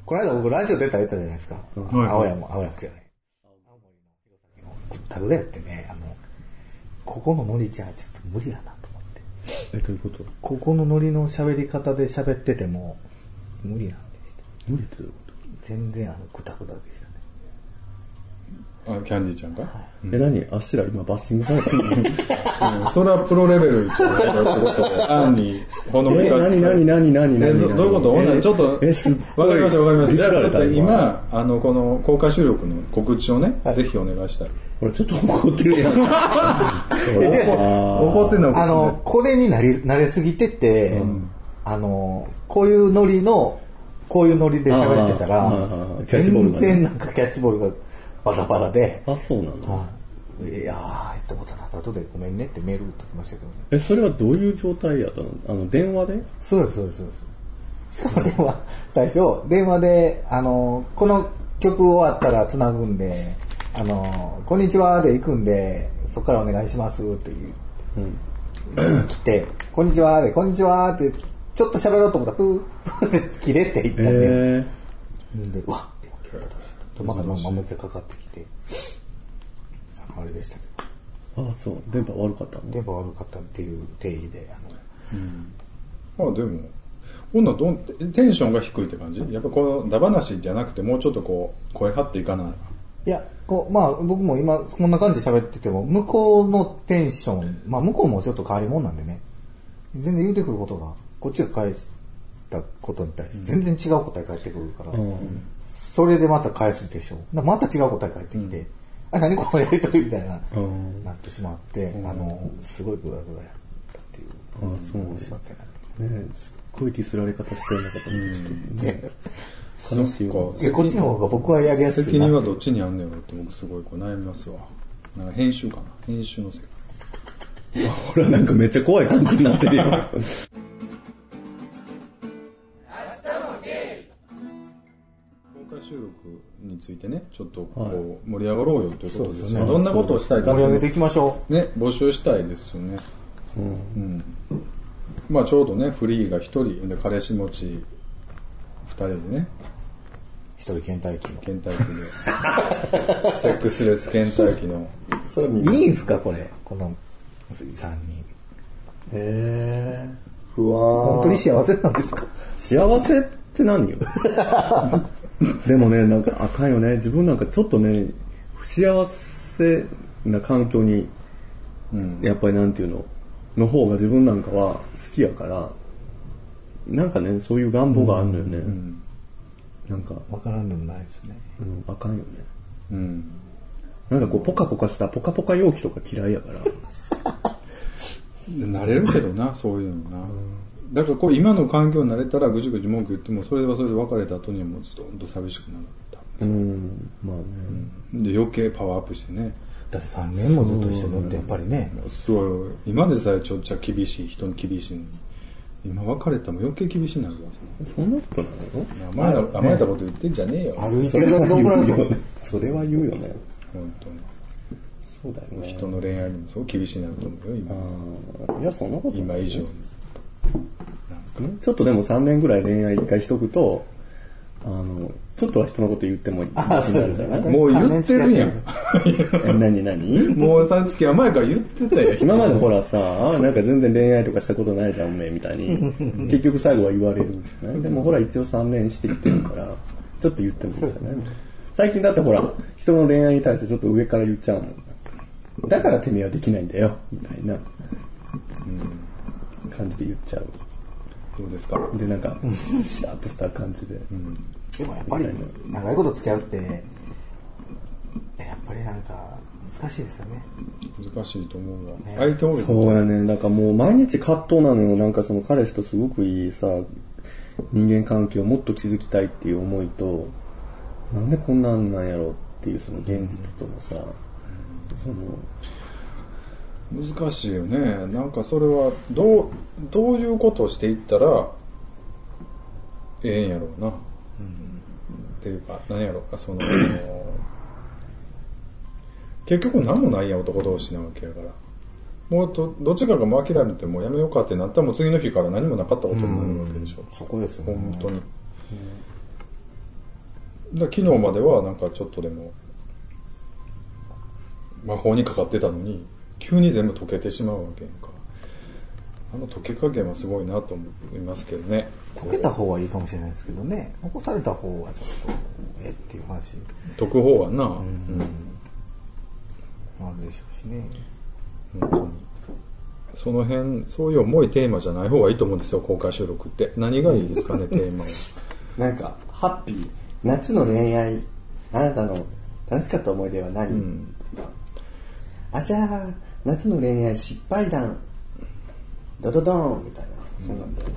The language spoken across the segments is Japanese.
この間僕ラジオ出た言ったじゃないですか。青山じゃない。青森の弘前のぐったぐだやってね、ここのノリじゃちょっと無理やなと思って。 どういうこと？ ここのノリの喋り方で喋ってても無理なんでした。 無理ってどういうこと？ 全然ぐたぐたでしたね。 キャンディーちゃんか、はい何あっしら今バッシングされたのそれはプロレベルじゃないかってことで、案に、ほのめか何どういうこと、ちょっと、わかりました。じゃあちょっと今、この公開収録の告知をね、ぜひお願いしたい。 これちょっと怒ってるやん。怒ってんのこれに慣れすぎてて、こういうノリで喋ってたら、全然なんかキャッチボールがバラバラで。 あ、そうなんだ。 いやー、と思ったな。後でごめんねってメール打ってきましたけどね。 それはどういう状態やったの？電話で？ そうです。しかも最初、電話で、この曲終わったら繋ぐんで、こんにちはで行くんで、そっからお願いしますって来て、こんにちはで、こんにちはって、ちょっと喋ろうと思ったら、プーって切れていったんで、で、うわっって切れたとして、またもう一回かかってきて、あれでしたけど。あ、そう。電波悪かった電波悪かったっていう定義で、 でも、ほんならテンションが低いって感じ？やっぱこのダ話じゃなくて、もうちょっとこう、声張っていかない。 いや、僕も今こんな感じで喋ってても、向こうのテンション、向こうもちょっと変わり者なんでね、全然言うてくることが、こっちが返したことに対して全然違う答え返ってくるから、それでまた返すでしょ。また違う答え返ってきて、何このやりとりみたいな、なってしまって、すごいグダグダやったっていう。 そう申し訳ない。 ね、すっごいディスられ方してるのかと思って。 悲しいわ。こっちの方が僕はやりやすい。 責任はどっちにあんねんろって僕すごい悩みますわ。なんか編集のせいか。 ほらなんかめっちゃ怖い感じになってるよ。公開収録についてね、ちょっとこう盛り上がろうよということですね。どんなことをしたいか盛り上げていきましょう。ね、募集したいですよね。まあちょうどね、フリーが1人で彼氏持ち2人でね。 1人倦怠期でセックスレス倦怠期の。 それいいんすかこの3人。 不安。 本当に幸せなんですか？ 幸せって何よ。でもね、なんかあかんよね。自分なんかちょっとね、不幸せな環境に、やっぱりなんていうの方が自分なんかは好きやから、なんかね、そういう願望があるのよね。なんか。 わからんでもないですね。 あかんよね。なんかこう、ポカポカしたポカポカ容器とか嫌いやから。 慣れるけどな、そういうのな。だからこう今の環境に慣れたらぐじぐじ文句言ってもそれはそれで別れた後にはもうずっと寂しくなった。 まあね。 で余計パワーアップしてね。 だって3年もずっと一緒におってやっぱりね。 そう、今でさえちょっと厳しい、人に厳しいのに。今別れたら余計厳しいなるわ。 そんなことないの？ 甘えたこと言ってんじゃねえよ。 歩いてるだけで怒られそう。 それは言うよね。 本当に。 そうだよね。 人の恋愛にもそう厳しいなと思うよ、今。 いや、そんなことない。 今以上に。 ちょっとでも3年ぐらい恋愛一回しとくと、ちょっとは人のこと言ってもいい。 もう言ってるやん。 何もうさつきは前から言ってたやん。 今までほらさ、なんか全然恋愛とかしたことないじゃん、おめえみたいに。結局最後は言われるじゃない。でもほら一応3年してきてるから、ちょっと言ってもいいじゃない。最近だってほら、人の恋愛に対してちょっと上から言っちゃうもん。だからてめえはできないんだよ、みたいな感じで言っちゃう。 そうですか。 で、なんか、シャーっとした感じで。 でもやっぱり長いこと付き合うってやっぱりなんか難しいですよね。 難しいと思うわ。相手多い。 そうやね。なんかもう毎日葛藤なのよ。なんかその彼氏とすごくいいさ、人間関係をもっと築きたいっていう思いと、なんでこんなんなんやろっていうその現実とのさ、 難しいよね。なんかそれはどういうことをしていったらええんやろうな。っていうか、何やろうか、結局何もないやん、男同士なわけやから。もうどっちかがもう諦めてもうやめようかってなったらもう次の日から何もなかったことになるわけでしょ。 そこですよね。 本当に。 昨日まではなんかちょっとでも魔法にかかってたのに急に全部溶けてしまうわけやんか。溶け加減はすごいなと思いますけどね。 溶けた方はいいかもしれないですけどね、残された方はちょっとっていう話溶く方はな、 あるでしょうしね。 本当にその辺そういう重いテーマじゃない方がいいと思うんですよ、公開収録って。何がいいですかねテーマは。 なんかハッピー夏の恋愛、あなたの楽しかった思い出は何、あちゃー夏の恋愛失敗談ドドドーンみたいな、そうなんだよね。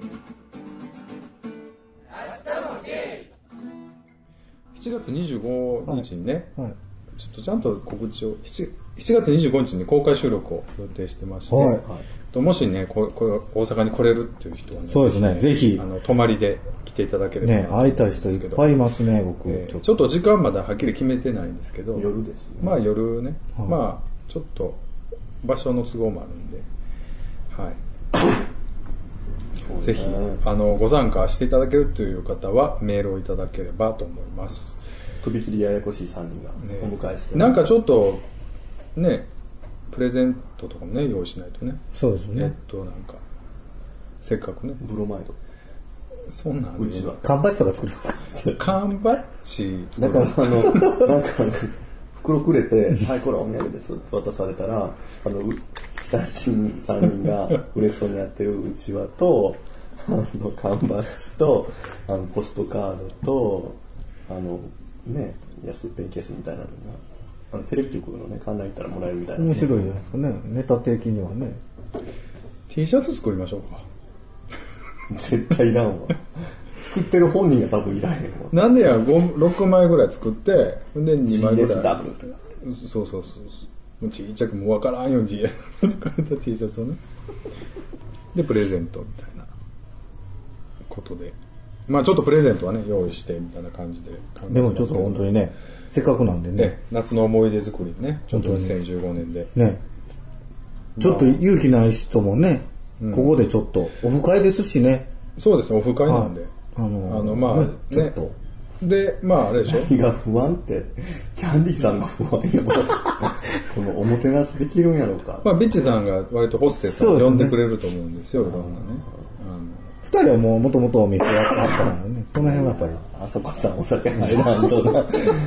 7月25日にね、 はい、 ちょっとちゃんと告知を 7月25日に公開収録を予定してまして、はい、もしね大阪に来れるっていう人はね、 そうですね、ぜひ泊まりで来ていただければね、会いたい人いっぱいいますね。僕、 ちょっと時間まだはっきり決めてないんですけど、 夜ですね。 まあ夜ね、まあちょっと場所の都合もあるんで、はい、ぜひご参加していただけるという方はメールをいただければと思います。 とびきりややこしい3人がお迎えして、 なんかちょっとねプレゼントとかもね用意しないとね。 そうですね。 なんかせっかくねブロマイド、 そんなんうちは缶バッジとか作ります。 缶バッジだからなんか袋くれてはいこれお土産ですって渡されたら写真3人が嬉しそうにやってるうちわと缶バッジとポストカードとね安いペンケースみたいなのがテレビ局のね観覧行ったらもらえるみたいな、 面白いじゃないですかね、ネタ的にはね。 T シャツ作りましょうか。 絶対いらんわ。作ってる本人が多分いらへんわ。 なんでや6枚ぐらい作ってで2枚ぐらい GSW ってなって、 そうもうちっちゃくもう分からんように GS と書いた T シャツをねでプレゼントみたいなことで、まあちょっとプレゼントはね用意してみたいな感じで考えてますけど、 でもちょっと本当にねせっかくなんでね、 夏の思い出作りね、ちょっと2015年でね、ちょっと勇気ない人もね、ここでちょっとオフ会ですしね。 そうですね、オフ会なんで、まあちょっとでまああれでしょ、 何が不安ってキャンディーさんが不安やわ。このおもてなしできるんやろうか。 まあビッチさんが割とホステスを呼んでくれると思うんですよ、いろんなね。 2人はもともとお店やってはったからね、その辺はやっぱりあそこさんお酒入らんとな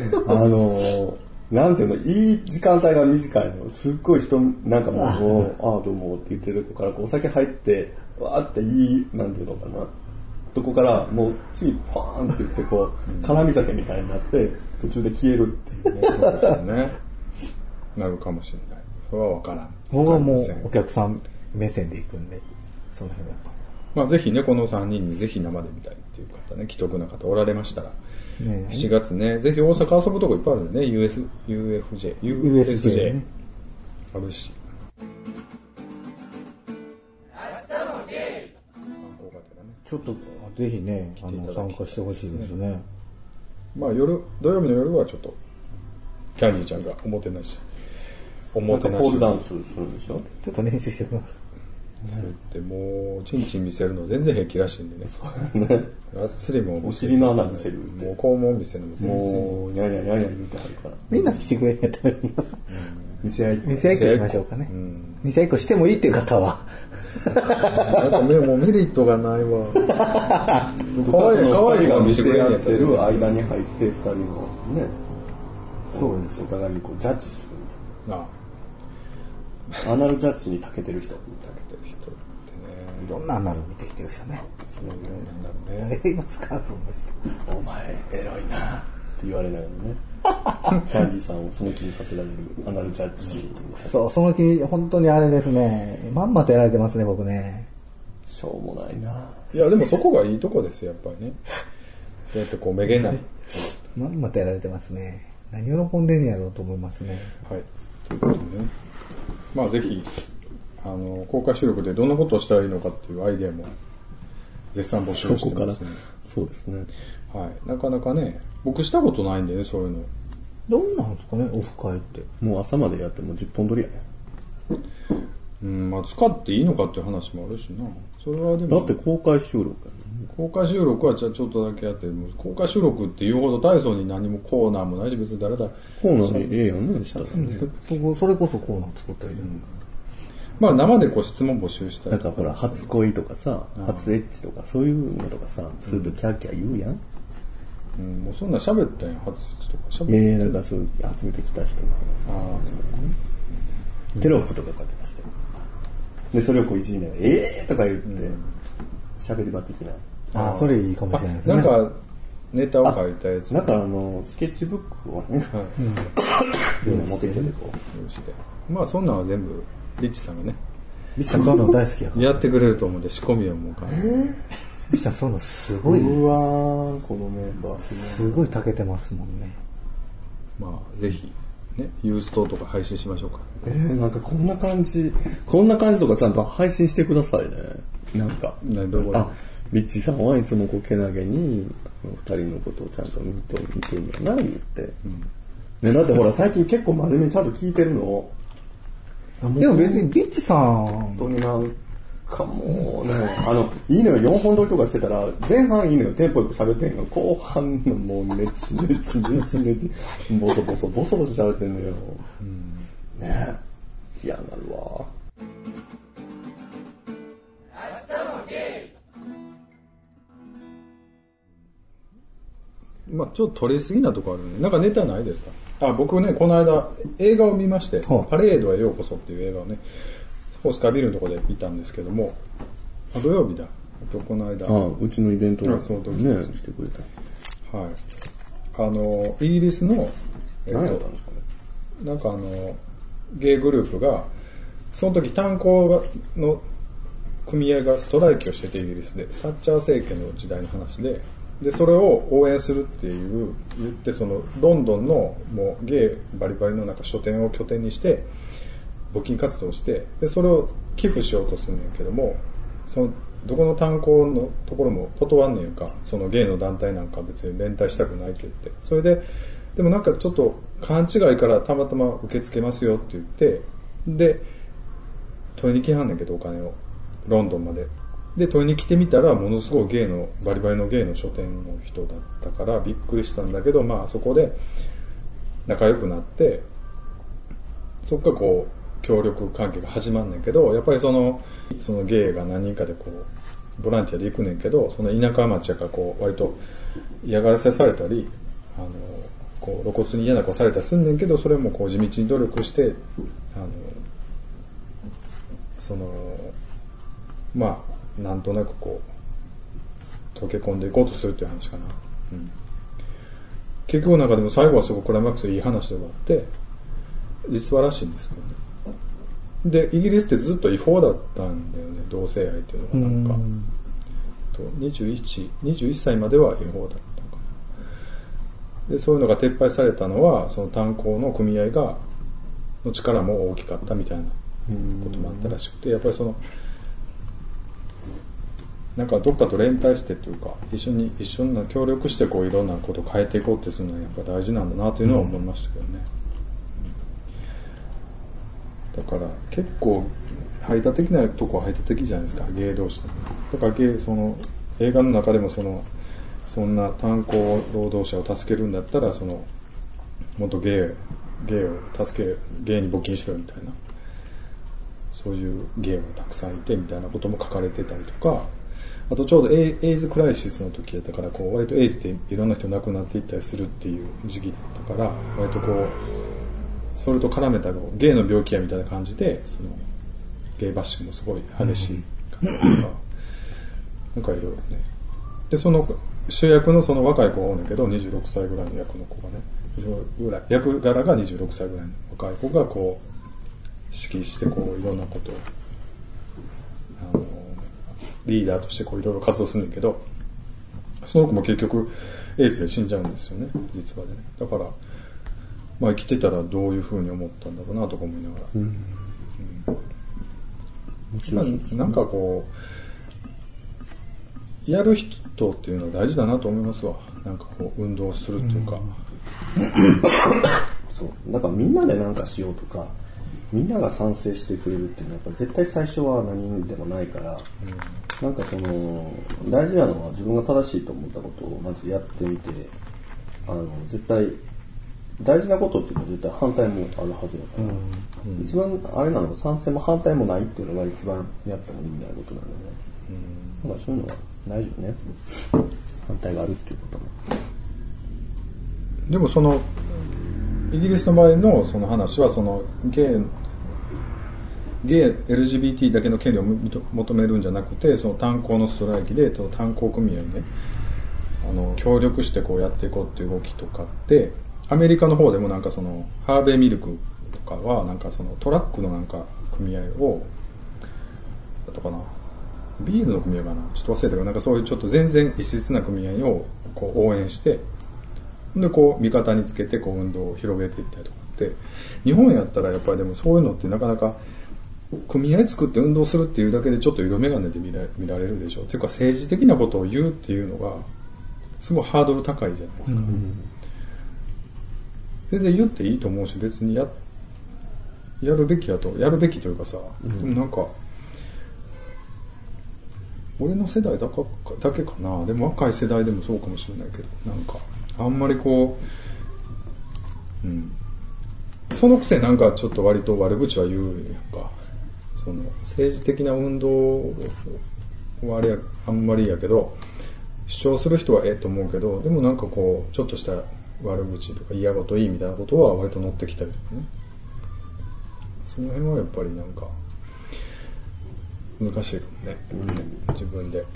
なんていうの、いい時間帯が短いの。すっごい人なんかもうどうもって言ってるとこからお酒入ってわーっていいなんていうのかな、とこからもう次パーンって言ってこう絡み酒みたいになって途中で消えるっていうね。 そうですよね。なるかもしれない。それは分からん。 僕はもうお客さん目線で行くんで、その辺はやっぱまあぜひね、この3人にぜひ生で見たいっていう方ね、既得な方おられましたら、ね、7月ね、ぜひ大阪遊ぶとこいっぱいあるんでね、USJ、 ね、 あるし。 ちょっとぜひね、参加してほしいですね。 まあ土曜日の夜はちょっと、キャンディーちゃんがおもてなし。 ポールダンスするんでしょ。 ちょっと練習してきます。 それってもうチンチン見せるの全然平気らしいんでね。 そうね。 がっつりもうお尻の穴見せるって。 もう肛門見せるの全然。 もうニャニャニャニャ言うてはるから。 みんな来てくれてやったらいいます。 見せ合いっこしましょうかね。見せ合いっこしてもいいっていう方は。 なんかもうメリットがないわ。 可愛いが見せ合ってる間に入って二人のね。 そうです。 お互いにこうジャッジするみたいな。アナルジャッジに長けてる人みたいな。 いろんなアナル見てきてる人ね。 そうね。 誰がいますか、その人。 お前、エロいなって言われながらね。キャンディーさんをその気にさせられるアナルジャッジ。 そう、その気、本当にあれですね。まんまとやられてますね、僕ね。 しょうもないな。 いや、でもそこがいいとこですよ、やっぱりね。そうやってこう、めげない。 まんまとやられてますね。何喜んでんやろうと思いますね。 はい。ということでね。まあぜひ、公開収録でどんなことをしたらいいのかっていうアイデアも絶賛募集してますね。 そうですね。 はい。なかなかね、僕したことないんでね、そういうの。 どうなんですかね、オフ会って。 もう朝までやっても10本撮りやね。 まあ使っていいのかっていう話もあるしな。それはでも。 だって公開収録やね。 公開収録はじゃあちょっとだけやって、公開収録っていうほど大層に何もコーナーもないし、別に誰だコーナーにええやんね、したらね。 それこそコーナー作ったらいいじゃん。 まあ生でこう質問募集したり。 なんかほら、初恋とかさ、初エッチとか、そういうのとかさ、するとキャーキャー言うやん。 もうそんな喋ったんや、初エッチとか喋って。 なんかそう、集めてきた人の話。テロップとかこうやってましたよ。で、それをこう一時ね、とか言って、喋り場的な。 それいいかもしれないですね。 なんか、ネタを書いたやつ。 なんかスケッチブックをね、持ってきてこうして。まあそんなんは全部、リッチさんがね。 リッチさんそういうの大好きやから。 やってくれると思うんで仕込みはもうかリッチさんそういうのすごい。 うわー、このメンバー。 すごい長けてますもんね。 まあぜひ、ね、ユーストとか配信しましょうか。 なんかこんな感じとかちゃんと配信してくださいね。なんか。リッチさんはいつもこうけなげに二人のことをちゃんと見てるんだな、言って。ね、だってほら最近結構真面目にちゃんと聞いてるの。 でも別にリッチさん。 本当になんかもうね、いいのよ4本撮りとかしてたら、前半いいのよ、テンポよく喋ってんの。後半のもうネチ、ボソボソ喋ってんのよ。ねえ、嫌になるわ。 まあちょっと撮りすぎなとこあるね。なんかネタないですか？僕ね、この間映画を見まして、パレードへようこそっていう映画をね、オスカービルのところで見たんですけども、土曜日だ。この間。 うちのイベントにそうね、 してくれた。 はい。イギリスの、 何やったんですかね。 なんかゲイグループが、その時炭鉱の組合がストライキをしててイギリスで、サッチャー政権の時代の話で、それを応援するって言って、そのロンドンのもうゲイバリバリのなんか書店を拠点にして募金活動して、でそれを寄付しようとするんやけども、そのどこの炭鉱のところも断んねんか、そのゲイの団体なんか別に連帯したくないって言って、それででもなんかちょっと勘違いからたまたま受け付けますよって言って、で取りに来はんねんけど、お金をロンドンまで。で取りに来てみたら、ものすごいゲイのバリバリのゲイの書店の人だったからびっくりしたんだけど、まあそこで仲良くなって、そっからこう協力関係が始まんねんけど、やっぱりそのゲイが何人かでこうボランティアで行くねんけど、その田舎町やからこう割と嫌がらせされたり、こう露骨に嫌な子されたりすんねんけど、それもこう地道に努力してまあなんとなくこう溶け込んでいこうとするっていう話かな、結局の中でも最後はすごくクライマックスでいい話で終わって、実話らしいんですけどね。でイギリスってずっと違法だったんだよね、同性愛っていうのがなんか21歳までは違法だったのかな。でそういうのが撤廃されたのは、その炭鉱の組合の力も大きかったみたいなこともあったらしくて、やっぱりなんかどっかと連帯してというか、一緒に協力してこういろんなことを変えていこうってするのはやっぱ大事なんだなというのは思いましたけどね。だから結構排他的なとこは排他的じゃないですか、ゲイ同士でも。だから映画の中でもそんな炭鉱労働者を助けるんだったら、もっとゲイを助け、ゲイに募金しろみたいな、そういうゲイをたくさんいてみたいなことも書かれてたりとか、あとちょうどエイズクライシスの時やったから、こう割とエイズっていろんな人亡くなっていったりするっていう時期だったから、割とこうそれと絡めたゲイの病気やみたいな感じで、ゲイバッシングもすごい激しい感じとか、なんかいろいろね。でその主役のその若い子がおるんだけど、26歳ぐらいの役の子がね、役柄が26歳ぐらいの若い子がこう指揮してこういろんなことをリーダーとしてこういろいろ活動するんだけど、その子も結局エイズで死んじゃうんですよね、実話でね。だからまあ生きてたらどういうふうに思ったんだろうなとか思いながら、なんかこうやる人っていうのは大事だなと思いますわ。なんかこう運動するっていうか、 そうだからみんなでなんかしようとか、 みんなが賛成してくれるっていうのはやっぱ絶対最初は何でもないから、なんかその大事なのは自分が正しいと思ったことをまずやってみて、絶対大事なことっていうのは絶対反対もあるはずだから、一番あれなのは賛成も反対もないっていうのが一番やっても意味ないことなので、だからそういうのは大丈夫ね。反対があるっていうことも。 でもそのイギリスの場合のその話はそのゲイ LGBT だけの権利を求めるんじゃなくて、その炭鉱のストライキで炭鉱組合で協力してこうやっていこうっていう動きとかって、アメリカの方でもなんかそのハーベイミルクとかはなんかそのトラックのなんか組合をだったかな、ビールの組合かな、ちょっと忘れたけど、なんかそういうちょっと全然異質な組合をこう応援してでこう味方につけてこう運動を広げていったりとかって、日本やったらやっぱりでもそういうのってなかなか組合作って運動するっていうだけでちょっと色眼鏡で見られるでしょ。っていうか政治的なことを言うっていうのがすごいハードル高いじゃないですか。全然言っていいと思うし、別にやるべきというかさ、でもなんか俺の世代だけかな、でも若い世代でもそうかもしれないけど、なんかあんまりこう、そのくせなんかちょっと割と悪口は言うやんか。その政治的な運動はあんまりやけど、主張する人はと思うけど、でもなんかこうちょっとした悪口とか嫌ごといいみたいなことは割と乗ってきたりとかね。その辺はやっぱりなんか難しいかもね、自分で。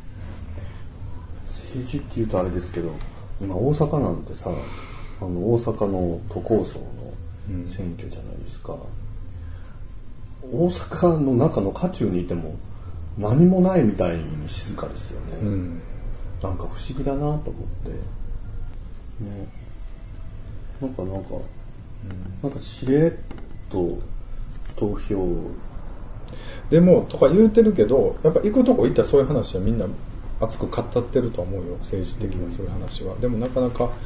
政治っていうとあれですけど、今大阪なんてさ、大阪の都構想の選挙じゃないですか。大阪の中の渦中にいても何もないみたいに静かですよね。なんか不思議だなと思って、ね、なんかしれっと投票でもとか言うてるけど、やっぱ行くとこ行ったらそういう話はみんな熱く語ってると思うよ、政治的なそういう話は。でもなかなか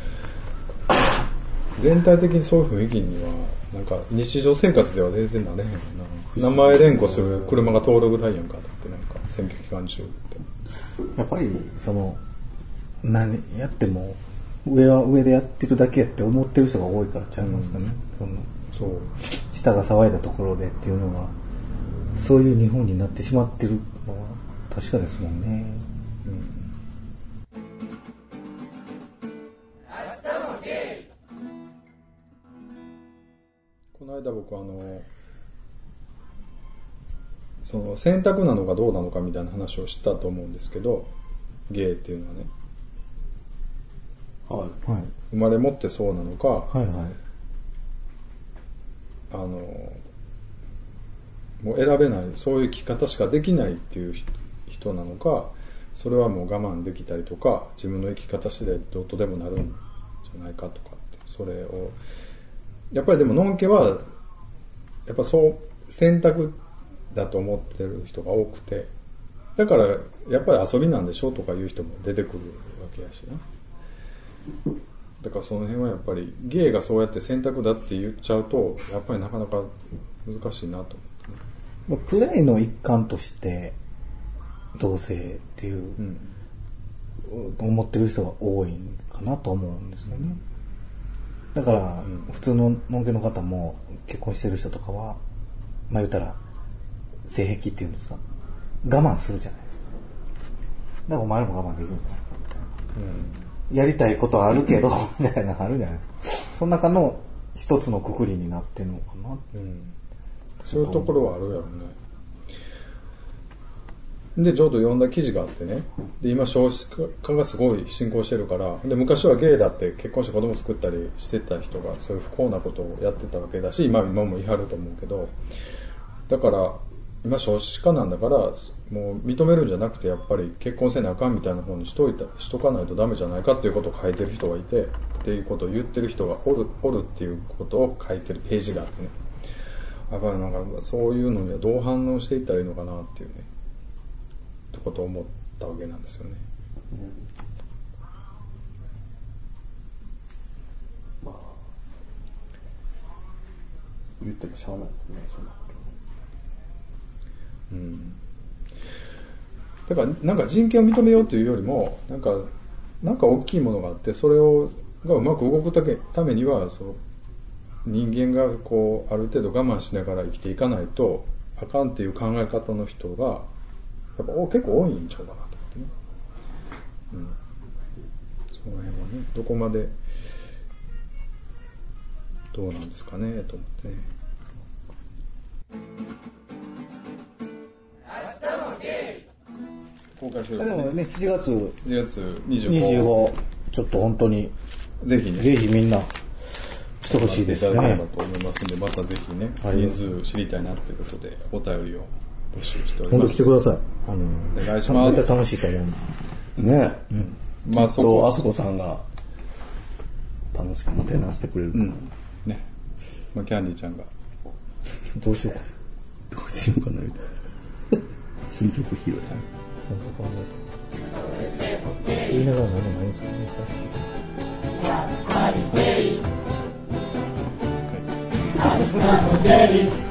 全体的にそういう雰囲気にはなんか日常生活では全然なれへんよな。名前連呼する車が通るぐらいやんか。だってなんか選挙期間中ってやっぱりその何やっても上は上でやってるだけって思ってる人が多いからちゃいますかね、 そう下が騒いだところでっていうのがそういう日本になってしまってるのは確かですもんね。 この間僕その選択なのかどうなのかみたいな話をしたと思うんですけど、ゲイっていうのはね、 はい、 生まれ持ってそうなのか、 はいはい、 もう選べない、そういう生き方しかできないっていう人なのか、それはもう我慢できたりとか自分の生き方次第どうとでもなるんじゃないかとかって、それをやっぱりでものんけはやっぱそう選択だと思ってる人が多くて、だからやっぱり遊びなんでしょとかいう人も出てくるわけやしな。だからその辺はやっぱりゲイがそうやって選択だって言っちゃうとやっぱりなかなか難しいなと思って、 ね、プレイの一環として同性っていう、思ってる人が多いかなと思うんですよね。だから、普通ののんけの方も結婚してる人とかはまあ言ったら性癖っていうんですか、我慢するじゃないですか。だからお前も我慢できるんじゃないかみたいな、やりたいことはあるけどみたいなのあるじゃないですか。その中の一つの括りになってるのかな、 そういうところはあるやろね。でちょうど読んだ記事があってね、で今少子化がすごい進行してるから、で昔はゲイだって結婚して子供作ったりしてた人がそういう不幸なことをやってたわけだし、今も言い張ると思うけど、だから今少子化なんだからもう認めるんじゃなくてやっぱり結婚せなあかんみたいな方にしとかないとダメじゃないかっていうことを書いてる人がいて、っていうことを言ってる人がおるっていうことを書いてるページがあってね、やっぱりなんかそういうのにはどう反応していったらいいのかなっていうねってことを思ったわけなんですよね。 言ってもしゃあないもんね、そんなこだからなんか人権を認めようというよりもなんか大きいものがあって、それがうまく動くためにはその人間がこうある程度我慢しながら生きていかないとあかんっていう考え方の人がやっぱ結構多いんちゃうかなと思ってね。その辺はね、どこまでどうなんですかねと思ってね。公開収録でもね、7月 25 ちょっと本当にぜひね、 ぜひみんな来てほしいですいただけれね。 ばと思いますので、またぜひね、 はい人数知りたいなということでお便りを募集しており本当ます。 来てください。 お願いします絶対楽しいと思う。 と。ねまあそこあすこさんが楽しくもてなしてくれる。 ね、まあキャンディーちゃんがどうしようか。 どうしようかなみたいな。新曲披露。 なんか考えて。言いながら何もないんですかね。 明日もデイ